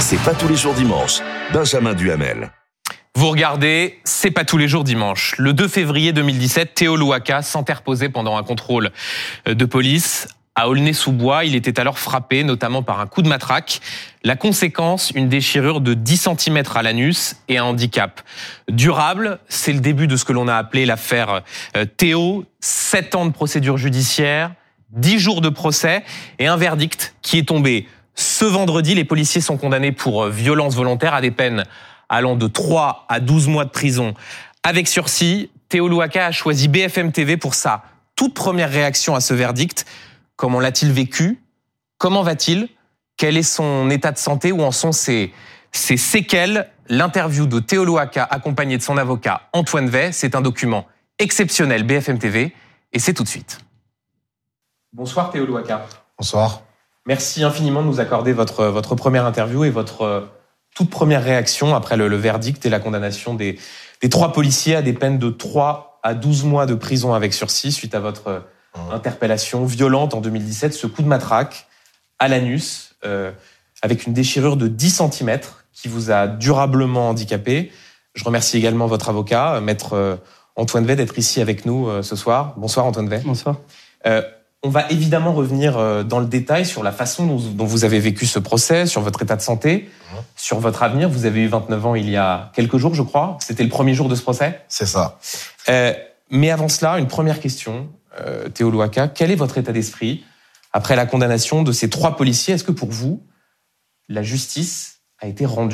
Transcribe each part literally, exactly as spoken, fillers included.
C'est pas tous les jours dimanche. Benjamin Duhamel. Vous regardez, c'est pas tous les jours dimanche. Le deux février deux mille dix-sept, Théo Louaka s'interposait pendant un contrôle de police à Aulnay-sous-Bois. Il était alors frappé, notamment par un coup de matraque. La conséquence, une déchirure de dix centimètres à l'anus et un handicap durable. C'est le début de ce que l'on a appelé l'affaire Théo. Sept ans de procédure judiciaire, dix jours de procès et un verdict qui est tombé ce vendredi. Les policiers sont condamnés pour violence volontaire à des peines allant de trois à douze mois de prison avec sursis. Théo Louaka a choisi B F M T V pour sa toute première réaction à ce verdict. Comment l'a-t-il vécu ? Comment va-t-il ? Quel est son état de santé ? Où en sont ses, ses séquelles ? L'interview de Théo Louaka accompagné de son avocat Antoine Vey, c'est un document exceptionnel B F M T V et c'est tout de suite. Bonsoir Théo Louaka. Bonsoir. Merci infiniment de nous accorder votre, votre première interview et votre toute première réaction après le, le verdict et la condamnation des, des trois policiers à des peines de trois à douze mois de prison avec sursis suite à votre mmh. interpellation violente en deux mille dix-sept, ce coup de matraque à l'anus euh, avec une déchirure de dix centimètres qui vous a durablement handicapé. Je remercie également votre avocat, maître Antoine Vey, d'être ici avec nous euh, ce soir. Bonsoir Antoine Vey. Bonsoir. Euh, On va évidemment revenir dans le détail sur la façon dont vous avez vécu ce procès, sur votre état de santé, mmh. sur votre avenir. Vous avez eu vingt-neuf ans il y a quelques jours, je crois. C'était le premier jour de ce procès ? C'est ça. Euh, mais avant cela, une première question, euh, Théo Louaka. Quel est votre état d'esprit après la condamnation de ces trois policiers ? Est-ce que pour vous, la justice a été rendue ?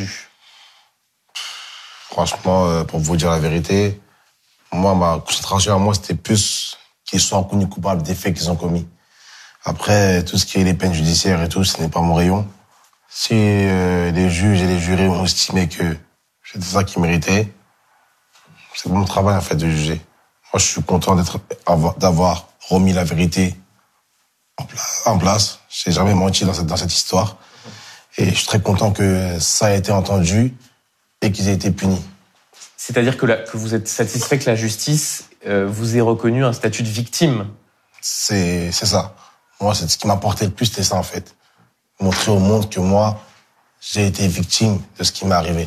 Franchement, pour vous dire la vérité, moi, ma concentration à moi, c'était plus qu'ils soient reconnus coupables des faits qu'ils ont commis. Après, tout ce qui est les peines judiciaires et tout, ce n'est pas mon rayon. Si euh, les juges et les jurés ont estimé que c'était ça qu'ils méritaient, c'est mon travail, en fait, de juger. Moi, je suis content d'être, d'avoir remis la vérité en place. En place. Je n'ai jamais menti dans cette, dans cette histoire. Et je suis très content que ça ait été entendu et qu'ils aient été punis. C'est-à-dire que, la, que vous êtes satisfait que la justice euh, vous ait reconnu un statut de victime ? C'est, c'est ça. Moi, c'est ce qui m'a porté le plus, c'était ça, en fait. Montrer au monde que moi, j'ai été victime de ce qui m'est arrivé.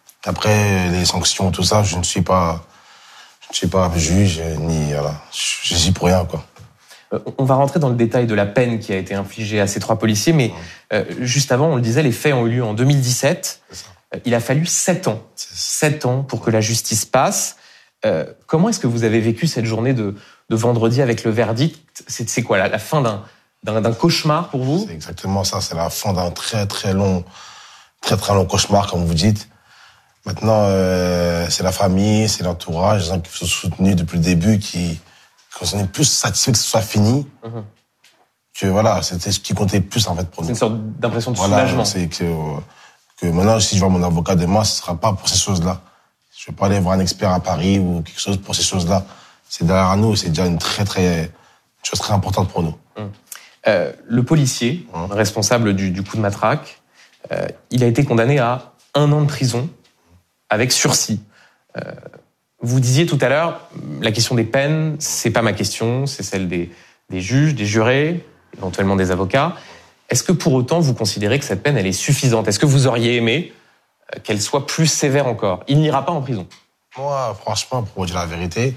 Après, les sanctions, tout ça, je ne suis pas, je ne suis pas juge, ni, voilà. Je suis pour rien, quoi. Euh, on va rentrer dans le détail de la peine qui a été infligée à ces trois policiers, mais euh, juste avant, on le disait, les faits ont eu lieu en deux mille dix-sept. C'est ça. Il a fallu sept ans, sept ans pour que la justice passe. Euh, comment est-ce que vous avez vécu cette journée de, de vendredi avec le verdict ? C'est, c'est quoi, la, la fin d'un, d'un, d'un cauchemar pour vous ? C'est exactement ça, c'est la fin d'un très très long, très très long cauchemar, comme vous dites. Maintenant, euh, c'est la famille, c'est l'entourage, les gens qui sont soutenus depuis le début, qui, qui sont plus satisfaits que ce soit fini. Mm-hmm. Que voilà, c'était ce qui comptait le plus en fait pour nous. C'est une sorte d'impression de voilà, soulagement. C'est que... Euh, que maintenant, si je vois mon avocat demain, ce ne sera pas pour ces choses-là. Je ne vais pas aller voir un expert à Paris ou quelque chose pour ces choses-là. C'est derrière nous, c'est déjà une très, très, une chose très importante pour nous. Hum. Euh, le policier, hum. responsable du, du coup de matraque, euh, il a été condamné à un an de prison avec sursis. Euh, vous disiez tout à l'heure, la question des peines, c'est pas ma question, c'est celle des, des juges, des jurés, éventuellement des avocats. Est-ce que pour autant, vous considérez que cette peine, elle est suffisante ? Est-ce que vous auriez aimé qu'elle soit plus sévère encore ? Il n'ira pas en prison. Moi, franchement, pour vous dire la vérité,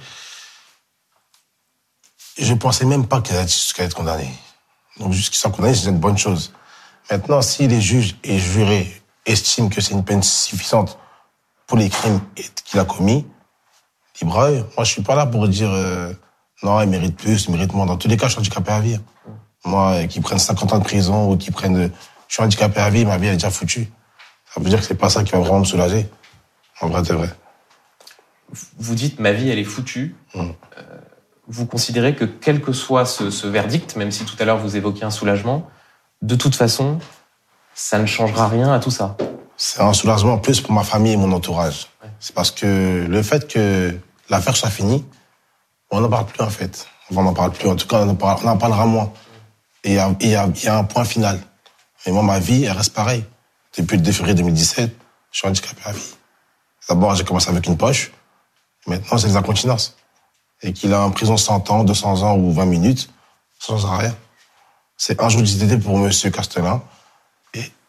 je ne pensais même pas qu'elle allait jusqu'à être condamnée. Donc, jusqu'à soit condamnée, c'est une bonne chose. Maintenant, si les juges et jurés estiment que c'est une peine suffisante pour les crimes qu'il a commis, libre à eux. Moi, je ne suis pas là pour dire euh, non, il mérite plus, il mérite moins. Dans tous les cas, je suis handicapé à vie. Moi, qu'ils prennent cinquante ans de prison ou qu'ils prennent... Je suis handicapé à vie, ma vie elle est déjà foutue. Ça veut dire que c'est pas ça qui va vraiment me soulager. En vrai, c'est vrai. Vous dites, ma vie, elle est foutue. Mmh. Euh, vous considérez que quel que soit ce, ce verdict, même si tout à l'heure vous évoquiez un soulagement, de toute façon, ça ne changera rien à tout ça. C'est un soulagement plus pour ma famille et mon entourage. Ouais. C'est parce que le fait que l'affaire soit finie, on n'en parle plus en fait. On n'en parle plus. En tout cas, on en, parle, on en parlera moins. Et il y a, y, a, y a un point final. Et moi, ma vie, elle reste pareille. Depuis le deux février deux mille dix-sept, je suis handicapé à vie. D'abord, j'ai commencé avec une poche. Maintenant, c'est les incontinences. Et qu'il a en prison cent ans, deux cents ans ou vingt minutes, ça ne change rien. C'est un jour d'I T T pour M. Castelin. Et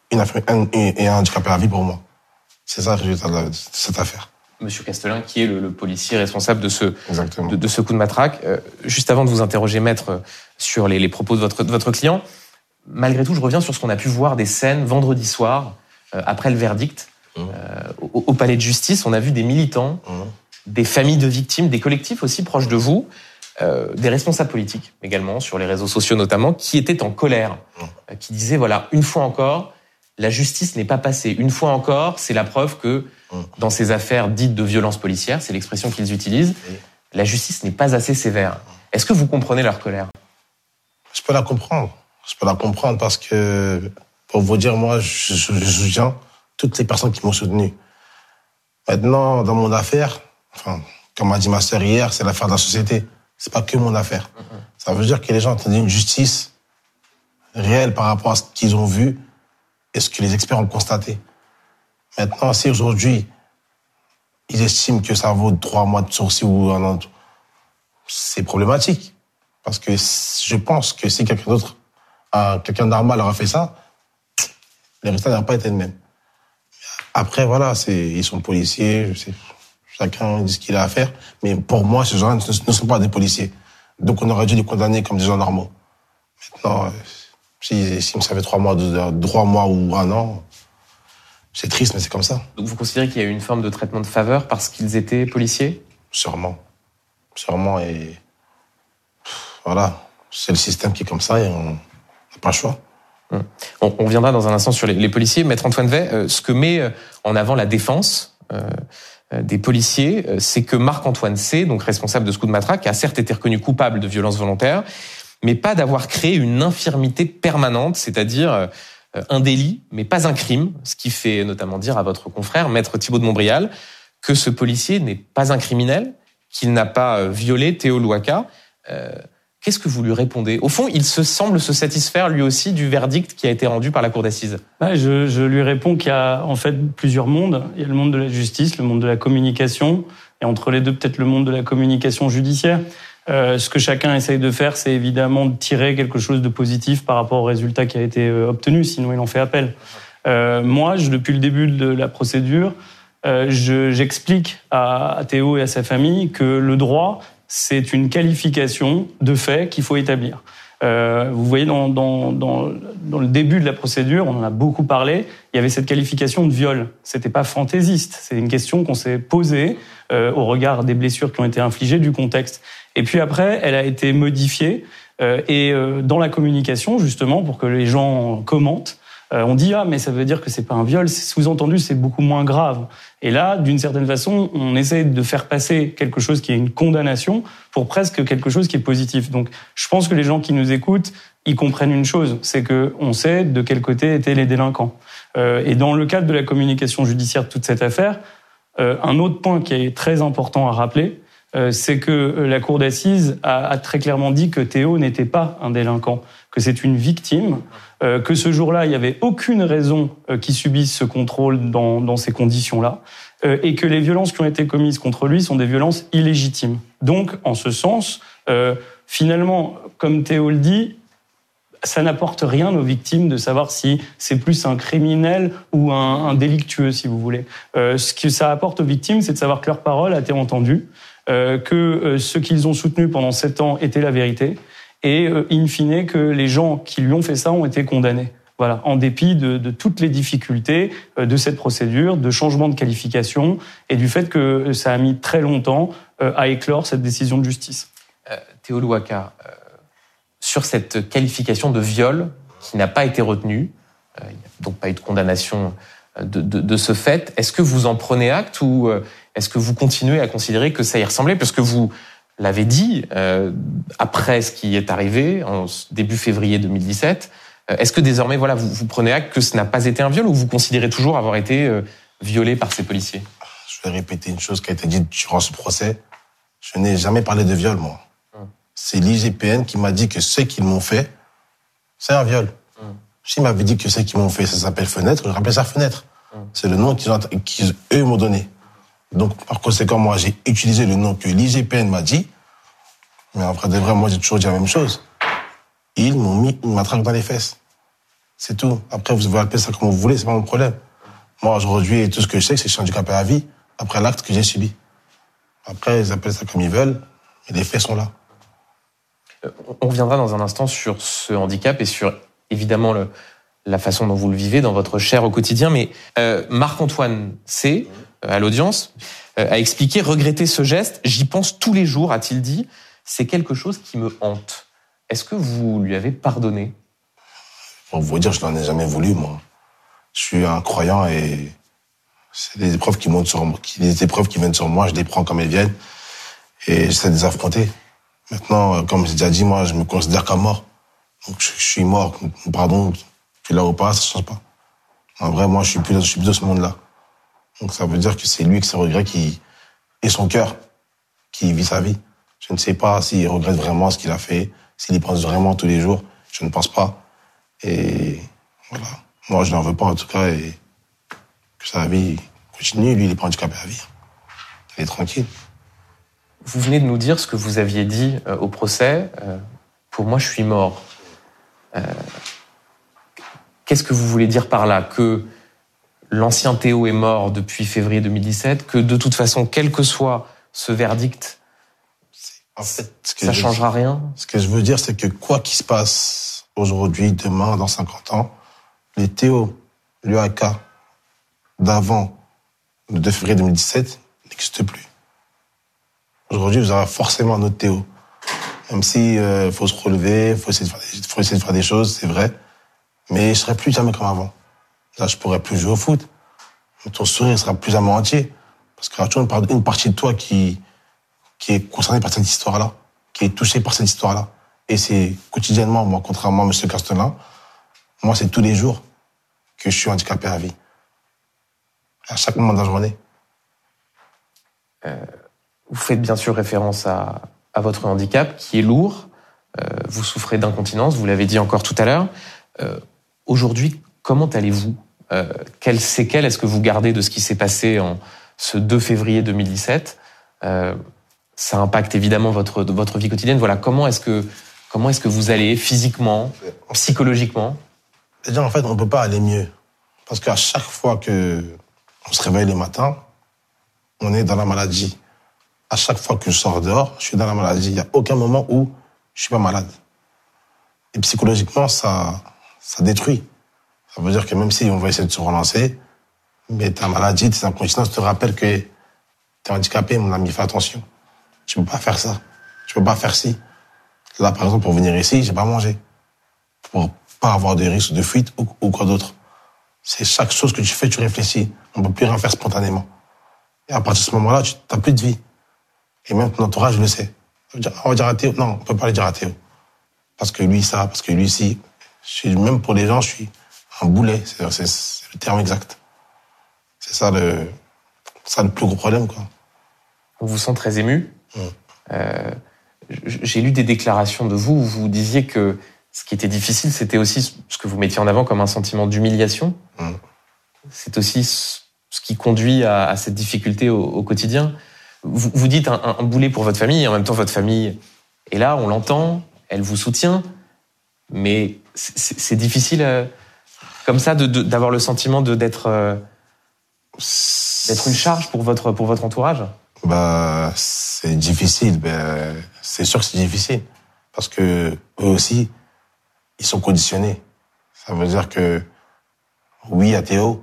une affaire, un, et un handicapé à vie pour moi. C'est ça le résultat de, la, de cette affaire. Monsieur Castelin, qui est le, le policier responsable de ce, de, de ce coup de matraque. Euh, juste avant de vous interroger, maître, sur les, les propos de votre, de votre client, malgré tout, je reviens sur ce qu'on a pu voir des scènes vendredi soir, euh, après le verdict, mmh. euh, au, au palais de justice. On a vu des militants, mmh. des familles de victimes, des collectifs aussi proches de vous, euh, des responsables politiques également, sur les réseaux sociaux notamment, qui étaient en colère, mmh. euh, qui disaient, voilà, une fois encore, la justice n'est pas passée. Une fois encore, c'est la preuve que dans ces affaires dites de violence policière, c'est l'expression qu'ils utilisent, la justice n'est pas assez sévère. Est-ce que vous comprenez leur colère ? Je peux la comprendre. Je peux la comprendre parce que, pour vous dire, moi, je, je, je soutiens toutes les personnes qui m'ont soutenu. Maintenant, dans mon affaire, enfin, comme a dit ma sœur hier, c'est l'affaire de la société. C'est pas que mon affaire. Mm-hmm. Ça veut dire que les gens attendent une justice réelle par rapport à ce qu'ils ont vu et ce que les experts ont constaté. Maintenant, si aujourd'hui, ils estiment que ça vaut trois mois de sursis ou un an, c'est problématique. Parce que je pense que si quelqu'un d'autre, quelqu'un normal aurait fait ça, les résultats n'auraient pas été le même. Après, voilà, c'est, ils sont policiers, je sais, chacun dit ce qu'il a à faire, mais pour moi, ces gens-là ne sont pas des policiers. Donc on aurait dû les condamner comme des gens normaux. Maintenant, s'ils si, si me savaient trois mois, deux, trois mois ou un an, c'est triste, mais c'est comme ça. Donc vous considérez qu'il y a eu une forme de traitement de faveur parce qu'ils étaient policiers ? Sûrement. Sûrement, et voilà, c'est le système qui est comme ça et on n'a pas le choix. On, on reviendra dans un instant sur les, les policiers. Maître Antoine Vey, euh, ce que met en avant la défense euh, des policiers, euh, c'est que Marc-Antoine C., donc responsable de ce coup de matraque, a certes été reconnu coupable de violences volontaires, mais pas d'avoir créé une infirmité permanente, c'est-à-dire euh, un délit, mais pas un crime, ce qui fait notamment dire à votre confrère, Maître Thibault de Montbrial, que ce policier n'est pas un criminel, qu'il n'a pas violé Théo Louaka. Euh, qu'est-ce que vous lui répondez ? Au fond, il se semble se satisfaire lui aussi du verdict qui a été rendu par la cour d'assises. Ouais, je, je lui réponds qu'il y a en fait plusieurs mondes. Il y a le monde de la justice, le monde de la communication, et entre les deux peut-être le monde de la communication judiciaire. Euh, ce que chacun essaye de faire, c'est évidemment de tirer quelque chose de positif par rapport au résultat qui a été obtenu, sinon il en fait appel. Euh, moi, je, depuis le début de la procédure, euh, je, j'explique à, à Théo et à sa famille que le droit, c'est une qualification de fait qu'il faut établir. Euh, vous voyez, dans, dans, dans, dans le début de la procédure, on en a beaucoup parlé, il y avait cette qualification de viol. C'était pas fantaisiste, c'est une question qu'on s'est posée euh, au regard des blessures qui ont été infligées, du contexte. Et puis après, elle a été modifiée euh, et euh, dans la communication, justement, pour que les gens commentent, euh, on dit « Ah, mais ça veut dire que c'est pas un viol, c'est sous-entendu, c'est beaucoup moins grave ». Et là, d'une certaine façon, on essaie de faire passer quelque chose qui est une condamnation pour presque quelque chose qui est positif. Donc, je pense que les gens qui nous écoutent, ils comprennent une chose, c'est que on sait de quel côté étaient les délinquants. Euh, et dans le cadre de la communication judiciaire de toute cette affaire, euh, un autre point qui est très important à rappeler, euh, c'est que la cour d'assises a, a très clairement dit que Théo n'était pas un délinquant, que c'est une victime, euh, que ce jour-là, il n'y avait aucune raison euh, qu'il subisse ce contrôle dans, dans ces conditions-là, euh, et que les violences qui ont été commises contre lui sont des violences illégitimes. Donc, en ce sens, euh, finalement, comme Théo le dit, ça n'apporte rien aux victimes de savoir si c'est plus un criminel ou un, un délictueux, si vous voulez. Euh, ce que ça apporte aux victimes, c'est de savoir que leur parole a été entendue, euh, que euh, ce qu'ils ont soutenu pendant sept ans était la vérité, et euh, in fine que les gens qui lui ont fait ça ont été condamnés. Voilà, en dépit de, de toutes les difficultés euh, de cette procédure, de changement de qualification, et du fait que ça a mis très longtemps euh, à éclore cette décision de justice. Euh, Théo Louaka, euh, sur cette qualification de viol qui n'a pas été retenue, euh, il n'y a donc pas eu de condamnation de, de, de ce fait, est-ce que vous en prenez acte ou euh, est-ce que vous continuez à considérer que ça y ressemblait ? Parce que vous l'avez dit, euh, après ce qui est arrivé, en début février deux mille dix-sept, euh, est-ce que désormais voilà, vous, vous prenez acte que ce n'a pas été un viol ou vous considérez toujours avoir été euh, violé par ces policiers ? Je vais répéter une chose qui a été dite durant ce procès. Je n'ai jamais parlé de viol, moi. Hum. C'est l'I G P N qui m'a dit que ce qu'ils m'ont fait, c'est un viol. Hum. S'ils m'avaient dit que ce qu'ils m'ont fait, ça s'appelle fenêtre, je rappelle ça fenêtre. Hum. C'est le nom qu'ils, ont, qu'ils eux m'ont donné. Donc, par conséquent, moi, j'ai utilisé le nom que l'I G P N m'a dit. Mais après, de vrai, moi, j'ai toujours dit la même chose. Ils m'ont mis une matraque dans les fesses. C'est tout. Après, vous pouvez appeler ça comme vous voulez, c'est pas mon problème. Moi, aujourd'hui, tout ce que je sais, c'est que je suis handicapé à vie après l'acte que j'ai subi. Après, ils appellent ça comme ils veulent, mais les faits sont là. On reviendra dans un instant sur ce handicap et sur, évidemment, le, la façon dont vous le vivez dans votre chair au quotidien. Mais euh, Marc-Antoine C, à l'audience, euh, a expliqué regretter ce geste. J'y pense tous les jours, a-t-il dit. C'est quelque chose qui me hante. Est-ce que vous lui avez pardonné? Pour vous dire, je n'en ai jamais voulu, moi. Je suis un croyant et c'est des épreuves qui montent sur moi, les épreuves qui viennent sur moi, je les prends comme elles viennent et j'essaie de les affronter. Maintenant, comme j'ai déjà dit, moi, je me considère comme mort. Donc, je, je suis mort. Pardon, tu l'as ou pas, ça change pas. En vrai, moi, je suis plus, je suis plus de ce monde-là. Donc, ça veut dire que c'est lui qui ses regrets qui, et son cœur qui vit sa vie. Je ne sais pas s'il regrette vraiment ce qu'il a fait, s'il y pense vraiment tous les jours. Je ne pense pas. Et voilà. Moi, je n'en veux pas, en tout cas, et que sa vie continue. Lui, il n'est pas handicapé à vie. Il est tranquille. Vous venez de nous dire ce que vous aviez dit euh, au procès. Euh, pour moi, je suis mort. Euh, qu'est-ce que vous voulez dire par là? Que l'ancien Théo est mort depuis février deux mille dix-sept, que de toute façon, quel que soit ce verdict, en fait, ce que ça ne changera veux, rien? Ce que je veux dire, c'est que quoi qu'il se passe aujourd'hui, demain, dans cinquante ans, les Théo, l'U A K d'avant le deux février deux mille dix-sept n'existent plus. Aujourd'hui, vous aurez forcément un autre Théo. Même si euh, faut se relever, faut essayer de faire des, faut essayer de faire des choses, c'est vrai. Mais je serai plus jamais comme avant. Là, je pourrai plus jouer au foot. Ton sourire sera plus jamais entier. Parce qu'il y a toujours une partie de toi qui, qui est concernée par cette histoire-là, qui est touchée par cette histoire-là. Et c'est quotidiennement, moi, contrairement à M. Castelin, moi, c'est tous les jours que je suis handicapé à vie. À chaque moment de la journée. Euh... Vous faites bien sûr référence à, à votre handicap, qui est lourd. Euh, vous souffrez d'incontinence, vous l'avez dit encore tout à l'heure. Euh, aujourd'hui, comment allez-vous? euh, Quelles séquelles est-ce que vous gardez de ce qui s'est passé en ce deux février deux mille dix-sept? euh, Ça impacte évidemment votre, votre vie quotidienne. Voilà, comment est-ce que, comment est-ce que vous allez physiquement, psychologiquement? Déjà, en fait, on ne peut pas aller mieux. Parce qu'à chaque fois qu'on se réveille le matin, on est dans la maladie. À chaque fois que je sors dehors, je suis dans la maladie. Il n'y a aucun moment où je suis pas malade. Et psychologiquement, ça, ça détruit. Ça veut dire que même si on va essayer de se relancer, mais ta maladie, tes incontinences te rappellent que tu es handicapé, mon ami, fais attention. Tu peux pas faire ça. Tu peux pas faire ci. Là, par exemple, pour venir ici, j'ai pas mangé. Pour pas avoir de risque de fuite ou, ou quoi d'autre. C'est chaque chose que tu fais, tu réfléchis. On peut plus rien faire spontanément. Et à partir de ce moment-là, tu n'as plus de vie. Et même ton entourage le sait. On va dire à Théo, non, on peut pas le dire à Théo. Parce que lui, ça, parce que lui, si. Je suis, même pour les gens, je suis un boulet. C'est, c'est, c'est le terme exact. C'est ça le, ça le plus gros problème, quoi. On vous sent très ému. Mmh. Euh, j'ai lu des déclarations de vous où vous disiez que ce qui était difficile, c'était aussi ce que vous mettiez en avant comme un sentiment d'humiliation. Mmh. C'est aussi ce qui conduit à, à cette difficulté au, au quotidien. Vous, vous dites un, un boulet pour votre famille, et en même temps, votre famille est là, on l'entend, elle vous soutient, mais c'est, c'est difficile, euh, comme ça, de, de, d'avoir le sentiment de, d'être, euh, d'être une charge pour votre, pour votre entourage? Bah, c'est difficile, ben, c'est sûr que c'est difficile. Parce que eux aussi, ils sont conditionnés. Ça veut dire que, oui, à Théo,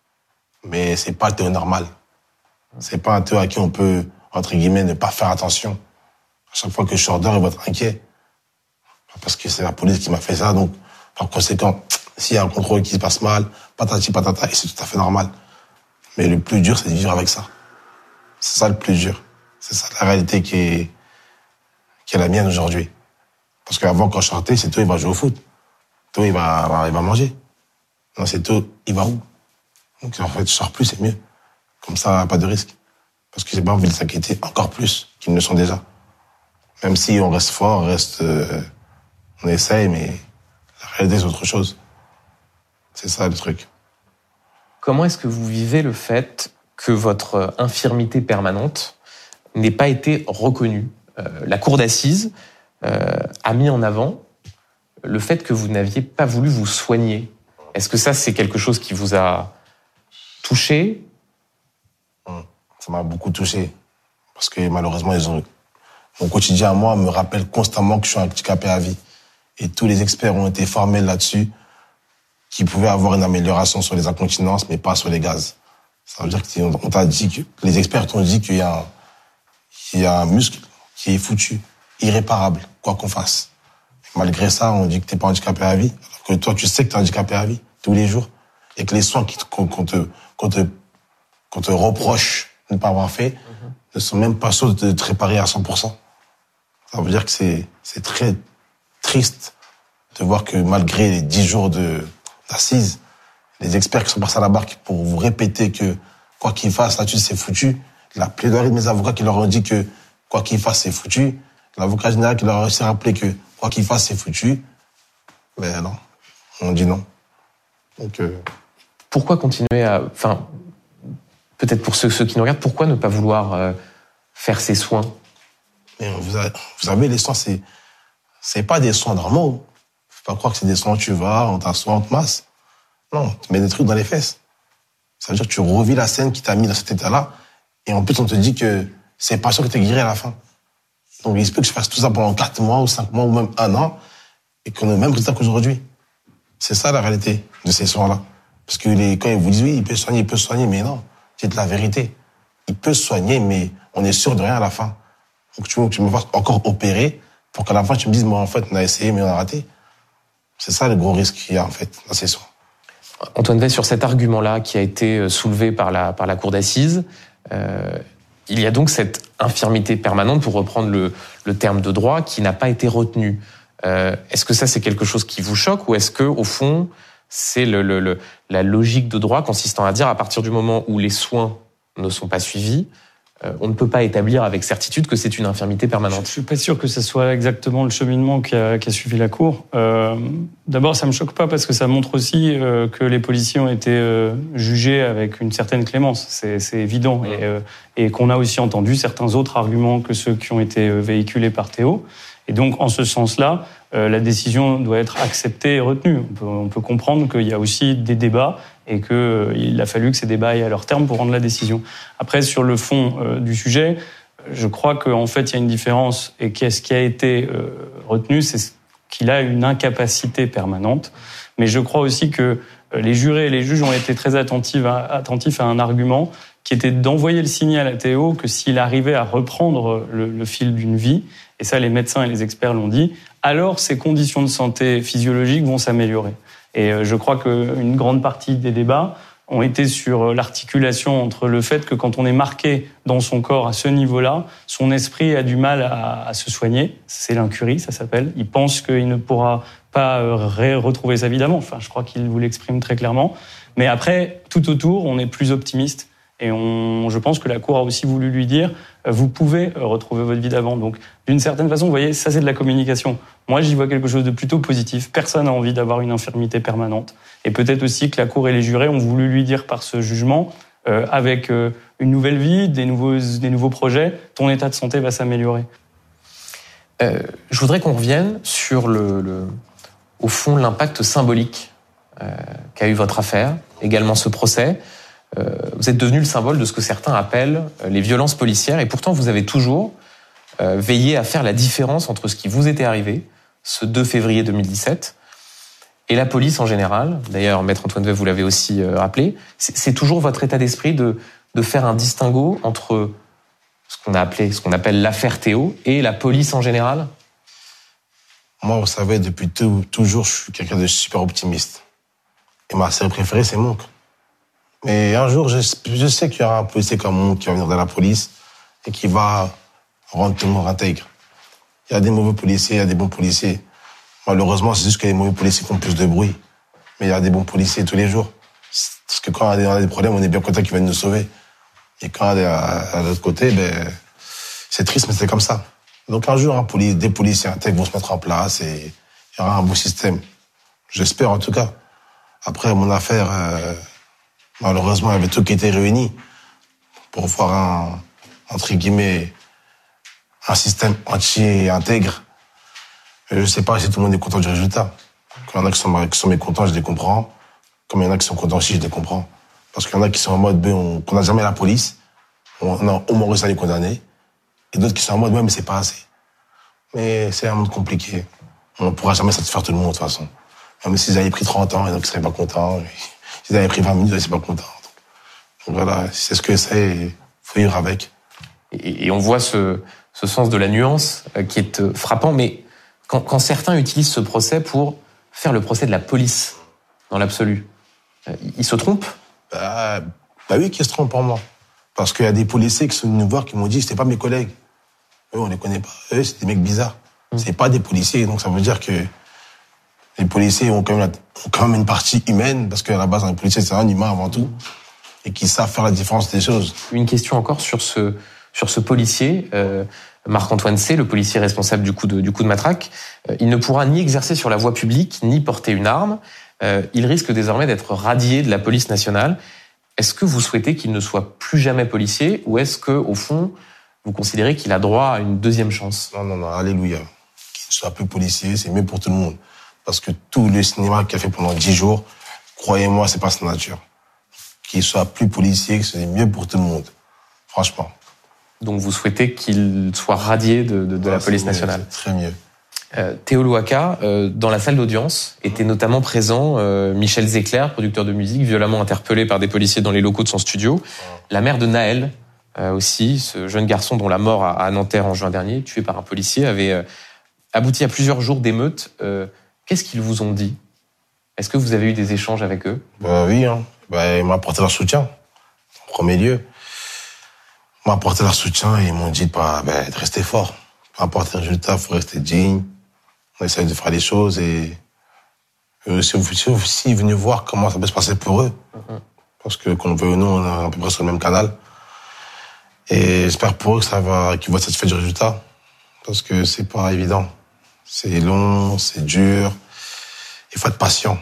mais c'est pas le Théo normal. C'est pas un Théo à qui on peut, entre guillemets, ne pas faire attention. À chaque fois que je sors dehors, il va être inquiet. Parce que c'est la police qui m'a fait ça, donc, par conséquent, s'il y a un contrôle qui se passe mal, patati patata, et c'est tout à fait normal. Mais le plus dur, c'est de vivre avec ça. C'est ça le plus dur. C'est ça la réalité qui est, qui est la mienne aujourd'hui. Parce qu'avant, quand je sortais, c'est Théo, il va jouer au foot. Théo, il va, il va manger. Non, c'est Théo, il va où? Donc, en fait, je sors plus, c'est mieux. Comme ça, pas de risque. Parce que j'ai pas envie de s'inquiéter encore plus qu'ils ne le sont déjà. Même si on reste fort, on reste, euh, on essaye, mais la réalité, c'est autre chose. C'est ça, le truc. Comment est-ce que vous vivez le fait que votre infirmité permanente n'ait pas été reconnue? euh, La cour d'assises euh, a mis en avant le fait que vous n'aviez pas voulu vous soigner. Est-ce que ça, c'est quelque chose qui vous a touché ? Ça m'a beaucoup touché. Parce que malheureusement, ils ont... mon quotidien à moi me rappelle constamment que je suis handicapé à vie. Et tous les experts ont été formés là-dessus, qui pouvaient avoir une amélioration sur les incontinences, mais pas sur les gaz. Ça veut dire qu'on t'a dit que... les experts t'ont dit qu'il y a un, qu'il y a un muscle qui est foutu, irréparable, quoi qu'on fasse. Malgré ça, on dit que t'es pas handicapé à vie, alors que toi, tu sais que t'es handicapé à vie, tous les jours. Et que les soins qu'on, qu'on te, qu'on te, qu'on te reproche de ne pas avoir fait, mmh. ne sont même pas sûrs de te réparer à cent pour cent. Ça veut dire que c'est, c'est très triste de voir que malgré les dix jours de, d'assises, les experts qui sont passés à la barque pour vous répéter que quoi qu'il fasse, là-dessus, c'est foutu. La plaidoirie de mes avocats qui leur ont dit que quoi qu'il fasse, c'est foutu. L'avocat général qui leur a réussi à rappeler que quoi qu'il fasse, c'est foutu. Mais non, on dit non. Donc, euh... pourquoi continuer à... Enfin, peut-être pour ceux, ceux qui nous regardent, pourquoi ne pas vouloir euh, faire ces soins ? Mais vous, avez, vous savez, les soins, c'est, c'est pas des soins normaux. Faut pas croire que c'est des soins où tu vas, on t'assoit, on te masse. Non, tu mets des trucs dans les fesses. Ça veut dire que tu revis la scène qui t'a mis dans cet état-là. Et en plus, on te dit que c'est pas sûr que t'es guéri à la fin. Donc, il se peut que je fasse tout ça pendant quatre mois ou cinq mois ou même un an et qu'on ait le même résultat qu'aujourd'hui. C'est ça la réalité de ces soins-là. Parce que les, quand ils vous disent oui, il peut soigner, il peut soigner, mais non, c'est la vérité. Il peut soigner, mais on est sûr de rien à la fin. Donc, tu veux que tu me fasses encore opérer pour qu'à la fin, tu me dises, moi, en fait, on a essayé, mais on a raté. C'est ça le gros risque qu'il y a, en fait, dans ces soins. Antoine Wey, sur cet argument-là qui a été soulevé par la, par la cour d'assises, euh, il y a donc cette infirmité permanente, pour reprendre le, le terme de droit, qui n'a pas été retenue. Euh, est-ce que ça, c'est quelque chose qui vous choque, ou est-ce que, au fond, c'est le, le, le, la logique de droit consistant à dire, à partir du moment où les soins ne sont pas suivis, euh, on ne peut pas établir avec certitude que c'est une infirmité permanente. Je ne suis pas sûr que ce soit exactement le cheminement qui a, qui a suivi la Cour. Euh, d'abord, ça ne me choque pas parce que ça montre aussi euh, que les policiers ont été euh, jugés avec une certaine clémence. C'est, c'est évident. Mmh. Et, euh, et qu'on a aussi entendu certains autres arguments que ceux qui ont été véhiculés par Théo. Et donc, en ce sens-là, euh, la décision doit être acceptée et retenue. On peut, on peut comprendre qu'il y a aussi des débats et qu'il euh, a fallu que ces débats aillent à leur terme pour rendre la décision. Après, sur le fond euh, du sujet, je crois qu'en fait, il y a une différence. Et qu'est-ce qui a été euh, retenu, c'est qu'il a une incapacité permanente. Mais je crois aussi que les jurés et les juges ont été très attentifs à, attentifs à un argument qui était d'envoyer le signal à Théo que s'il arrivait à reprendre le, le fil d'une vie, et ça les médecins et les experts l'ont dit, alors ses conditions de santé physiologiques vont s'améliorer. Et je crois qu'une grande partie des débats ont été sur l'articulation entre le fait que quand on est marqué dans son corps à ce niveau-là, son esprit a du mal à, à se soigner. C'est l'incurie, ça s'appelle. Il pense qu'il ne pourra pas retrouver sa vie d'avant. Enfin, je crois qu'il vous l'exprime très clairement. Mais après, tout autour, on est plus optimiste. Et on, je pense que la Cour a aussi voulu lui dire « vous pouvez retrouver votre vie d'avant ». Donc, d'une certaine façon, vous voyez, ça c'est de la communication. Moi, j'y vois quelque chose de plutôt positif. Personne n'a envie d'avoir une infirmité permanente. Et peut-être aussi que la Cour et les jurés ont voulu lui dire par ce jugement, euh, avec euh, une nouvelle vie, des nouveaux, des nouveaux projets, ton état de santé va s'améliorer. Euh, je voudrais qu'on revienne sur, le, le, au fond, l'impact symbolique euh, qu'a eu votre affaire, également ce procès. Euh, vous êtes devenu le symbole de ce que certains appellent les violences policières, et pourtant vous avez toujours euh, veillé à faire la différence entre ce qui vous était arrivé ce deux février deux mille dix-sept et la police en général. D'ailleurs, Maître Antoine Wey, vous l'avez aussi euh, rappelé. C'est, c'est toujours votre état d'esprit de, de faire un distinguo entre ce qu'on a appelé, ce qu'on appelle l'affaire Théo et la police en général. Moi, vous savez, depuis tout, toujours, je suis quelqu'un de super optimiste. Et ma série préférée, c'est Monk. Mais un jour, je, je sais qu'il y aura un policier comme moi qui va venir dans la police et qui va rendre tout le monde intègre. Il y a des mauvais policiers, il y a des bons policiers. Malheureusement, c'est juste que les mauvais policiers font plus de bruit. Mais il y a des bons policiers tous les jours. Parce que quand on a des problèmes, on est bien content qu'ils viennent nous sauver. Et quand on est à, à l'autre côté, ben, c'est triste, mais c'est comme ça. Donc un jour, un poli, des policiers intègres vont se mettre en place et il y aura un beau système. J'espère en tout cas. Après, mon affaire... Euh, Malheureusement, il y avait tout qui était réuni pour voir un, entre guillemets, un système entier et intègre. Et je ne sais pas si tout le monde est content du résultat. Quand il y en a qui sont, qui sont mécontents, je les comprends. Comme il y en a qui sont contents aussi, je les comprends. Parce qu'il y en a qui sont en mode, ben, on condamne jamais la police. On a au moins réussi à les condamner. Et d'autres qui sont en mode, ouais, mais c'est pas assez. Mais c'est un monde compliqué. On ne pourra jamais satisfaire tout le monde, de toute façon. Même s'ils avaient pris trente ans, il y en a qui seraient pas contents. S'ils avaient pris vingt minutes, ils seraient pas contents. Donc voilà, c'est ce que c'est, il faut vivre avec. Et, et on voit ce, ce sens de la nuance qui est frappant, mais quand, quand certains utilisent ce procès pour faire le procès de la police, dans l'absolu, ils se trompent? Bah, bah oui, qu'ils se trompent pour moi. Parce qu'il y a des policiers qui sont venus nous voir qui m'ont dit, c'était pas mes collègues. Eux, on les connaît pas. Eux, c'est des mecs bizarres. Mmh. C'est pas des policiers, donc ça veut dire que les policiers ont quand même, ont quand même une partie humaine, parce qu'à la base, un policier, c'est un humain avant tout, et qui savent faire la différence des choses. Une question encore sur ce, sur ce policier, euh, Marc-Antoine C., le policier responsable du coup de, du coup de matraque. Euh, il ne pourra ni exercer sur la voie publique, ni porter une arme. Euh, il risque désormais d'être radié de la police nationale. Est-ce que vous souhaitez qu'il ne soit plus jamais policier, ou est-ce que, au fond, vous considérez qu'il a droit à une deuxième chance? Non, non, non, alléluia. Qu'il ne soit plus policier, c'est mieux pour tout le monde. Parce que tout le cinéma qu'il a fait pendant dix jours, croyez-moi, c'est pas sa nature. Qu'il soit plus policier, c'est mieux pour tout le monde. Franchement. Donc vous souhaitez qu'il soit radié de, de, de ouais, la police mieux, nationale? Très mieux. Euh, Théo Louaka, euh, dans la salle d'audience, était notamment présent euh, Michel Zecler, producteur de musique, violemment interpellé par des policiers dans les locaux de son studio. Ouais. La mère de Naël, euh, aussi, ce jeune garçon dont la mort à, à Nanterre en juin dernier, tué par un policier, avait euh, abouti à plusieurs jours d'émeutes. Euh, qu'est-ce qu'ils vous ont dit? Est-ce que vous avez eu des échanges avec eux? Bah oui, hein. Bah, ils m'ont apporté leur soutien, en premier lieu. Ils m'ont apporté leur soutien et ils m'ont dit bah, bah, de rester fort. Peu importe les résultats, il faut rester digne. On essaye de faire les choses et eux aussi, aussi venus voir comment ça peut se passer pour eux. Mm-hmm. Parce que, qu'on le veuille ou non, on est à peu près sur le même canal. Et j'espère pour eux que ça va, qu'ils vont être satisfaits du résultat. Parce que c'est pas évident. C'est long, c'est dur. Il faut être patient.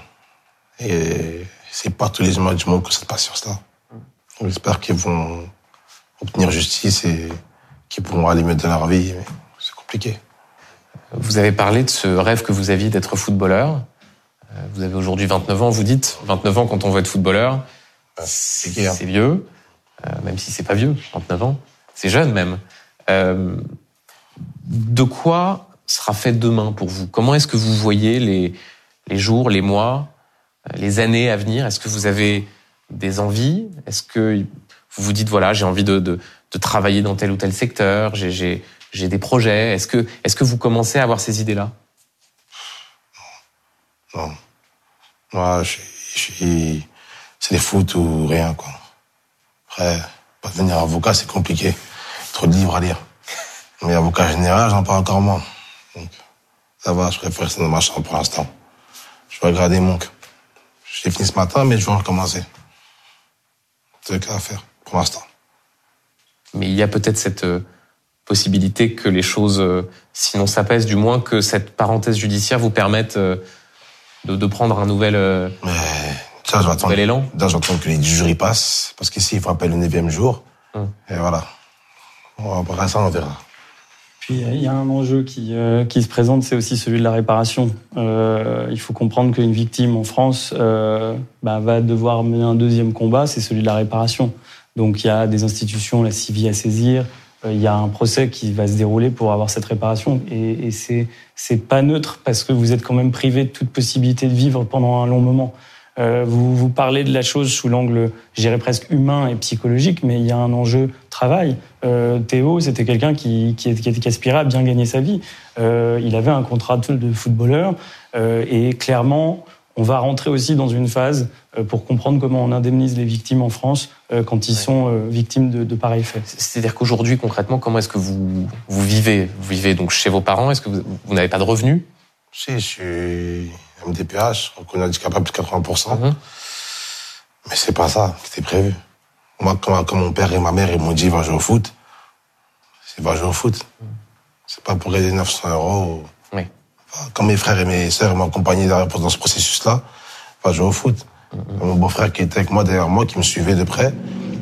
Et c'est pas tous les humains du monde que cette patience-là. Donc j'espère qu'ils vont obtenir justice et qu'ils pourront aller mieux dans leur vie. Mais c'est compliqué. Vous avez parlé de ce rêve que vous aviez d'être footballeur. Vous avez aujourd'hui vingt-neuf ans. Vous dites vingt-neuf ans quand on veut être footballeur, c'est, c'est vieux, même si c'est pas vieux, vingt-neuf ans. C'est jeune même. Euh, de quoi sera fait demain pour vous? Comment est-ce que vous voyez les, les jours, les mois, les années à venir? Est-ce que vous avez des envies? Est-ce que vous vous dites, voilà, j'ai envie de, de, de travailler dans tel ou tel secteur, j'ai, j'ai, j'ai des projets? Est-ce que, est-ce que vous commencez à avoir ces idées-là? Non. Moi, je, je, c'est les foot ou rien, quoi. Après, pas devenir avocat, c'est compliqué. Trop de livres à lire. Mais avocat général, j'en parle encore moins. Donc, ça va, je préfère rester dans ma chambre pour l'instant. Je vais regarder mon cas. J'ai fini ce matin, mais je vais recommencer. C'est le cas à faire, pour l'instant. Mais il y a peut-être cette euh, possibilité que les choses, euh, sinon s'apaisent, du moins que cette parenthèse judiciaire vous permette euh, de, de prendre un nouvel, euh, mais, ça, je vais attendre, nouvel élan. Là, j'attends que les jurys passent, parce qu'ici, il faut appeler le neuvième jour. Hum. Et voilà. On va pas ça, on verra. Puis il y a un enjeu qui, euh, qui se présente, c'est aussi celui de la réparation. Euh, il faut comprendre qu'une victime en France euh, bah, va devoir mener un deuxième combat, c'est celui de la réparation. Donc il y a des institutions, la C I V I à saisir, euh, il y a un procès qui va se dérouler pour avoir cette réparation. Et, et c'est, c'est pas neutre parce que vous êtes quand même privé de toute possibilité de vivre pendant un long moment. Euh, vous, vous parlez de la chose sous l'angle, je dirais presque humain et psychologique, mais il y a un enjeu travail. Euh, Théo, c'était quelqu'un qui, qui, qui, qui aspirait à bien gagner sa vie. Euh, il avait un contrat de footballeur euh, et clairement, on va rentrer aussi dans une phase euh, pour comprendre comment on indemnise les victimes en France euh, quand ils ouais. sont euh, victimes de, de pareils faits. C'est-à-dire qu'aujourd'hui, concrètement, comment est-ce que vous, vous vivez? Vous vivez donc chez vos parents? Est-ce que vous, vous n'avez pas de revenus? Si, je suis M D P H, reconnu handicapable plus de quatre-vingts pour cent. Mmh. Mais c'est pas ça qui était prévu. Moi, quand, quand mon père et ma mère ils m'ont dit va jouer au foot, c'est va jouer au foot. Mmh. C'est pas pour gagner neuf cents euros. Oui. Quand mes frères et mes sœurs m'ont accompagné dans ce processus-là, va jouer au foot. Mmh. Mon beau-frère qui était avec moi, derrière moi, qui me suivait de près,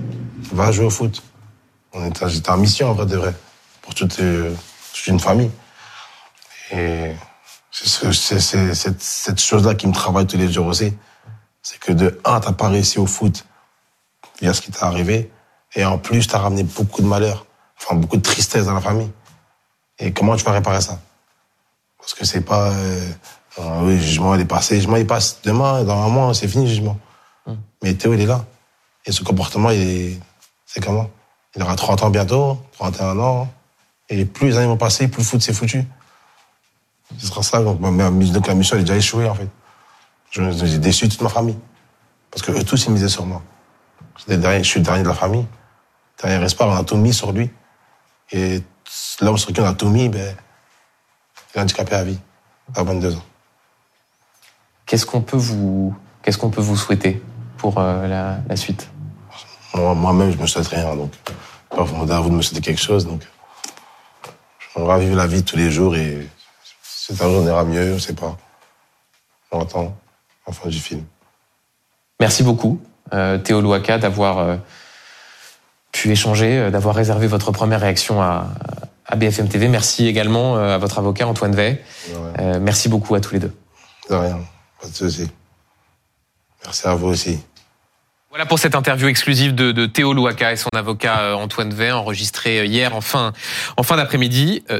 va jouer au foot. On était, j'étais en mission, en vrai de vrai, pour toute, euh, toute une famille. Et c'est, c'est, c'est cette, cette chose-là qui me travaille tous les jours aussi. c'est que de un, t'as pas réussi au foot, il y a ce qui t'est arrivé, et en plus, t'as ramené beaucoup de malheur, enfin beaucoup de tristesse dans la famille. Et comment tu vas réparer ça? Parce que c'est pas, euh, euh, oui, le jugement il est passé, le jugement il passe demain, dans un mois, c'est fini le jugement. Hum. Mais Théo, il est là. Et ce comportement, il est, c'est comment? Il aura trente ans bientôt, trente et un ans, et plus les années vont passer, plus le foot c'est foutu. Ce sera ça, donc, donc la mission elle est déjà échouée en fait. J'ai déçu toute ma famille. Parce que eux tous ils misaient sur moi. Je suis le dernier de la famille. Dernier espoir, on a tout mis sur lui. Et l'homme sur qui on a tout mis, ben, il est handicapé à vie, à vingt-deux ans. Qu'est-ce qu'on peut vous, qu'est-ce qu'on peut vous souhaiter pour euh, la, la suite? Moi, moi-même, je me souhaite rien, donc pas vous demander à vous de me souhaiter quelque chose. Donc, on va vivre la vie tous les jours et c'est un jour on ira mieux, je sais pas. On attend la fin du film. Merci beaucoup, euh, Théo Louaka, d'avoir euh, pu échanger, euh, d'avoir réservé votre première réaction à, à B F M T V. Merci également euh, à votre avocat Antoine Vey. Euh, merci beaucoup à tous les deux. De rien, pas de souci. Merci à vous aussi. Voilà pour cette interview exclusive de, de Théo Louaka et son avocat Antoine Vey, enregistrée hier en fin, en fin d'après-midi.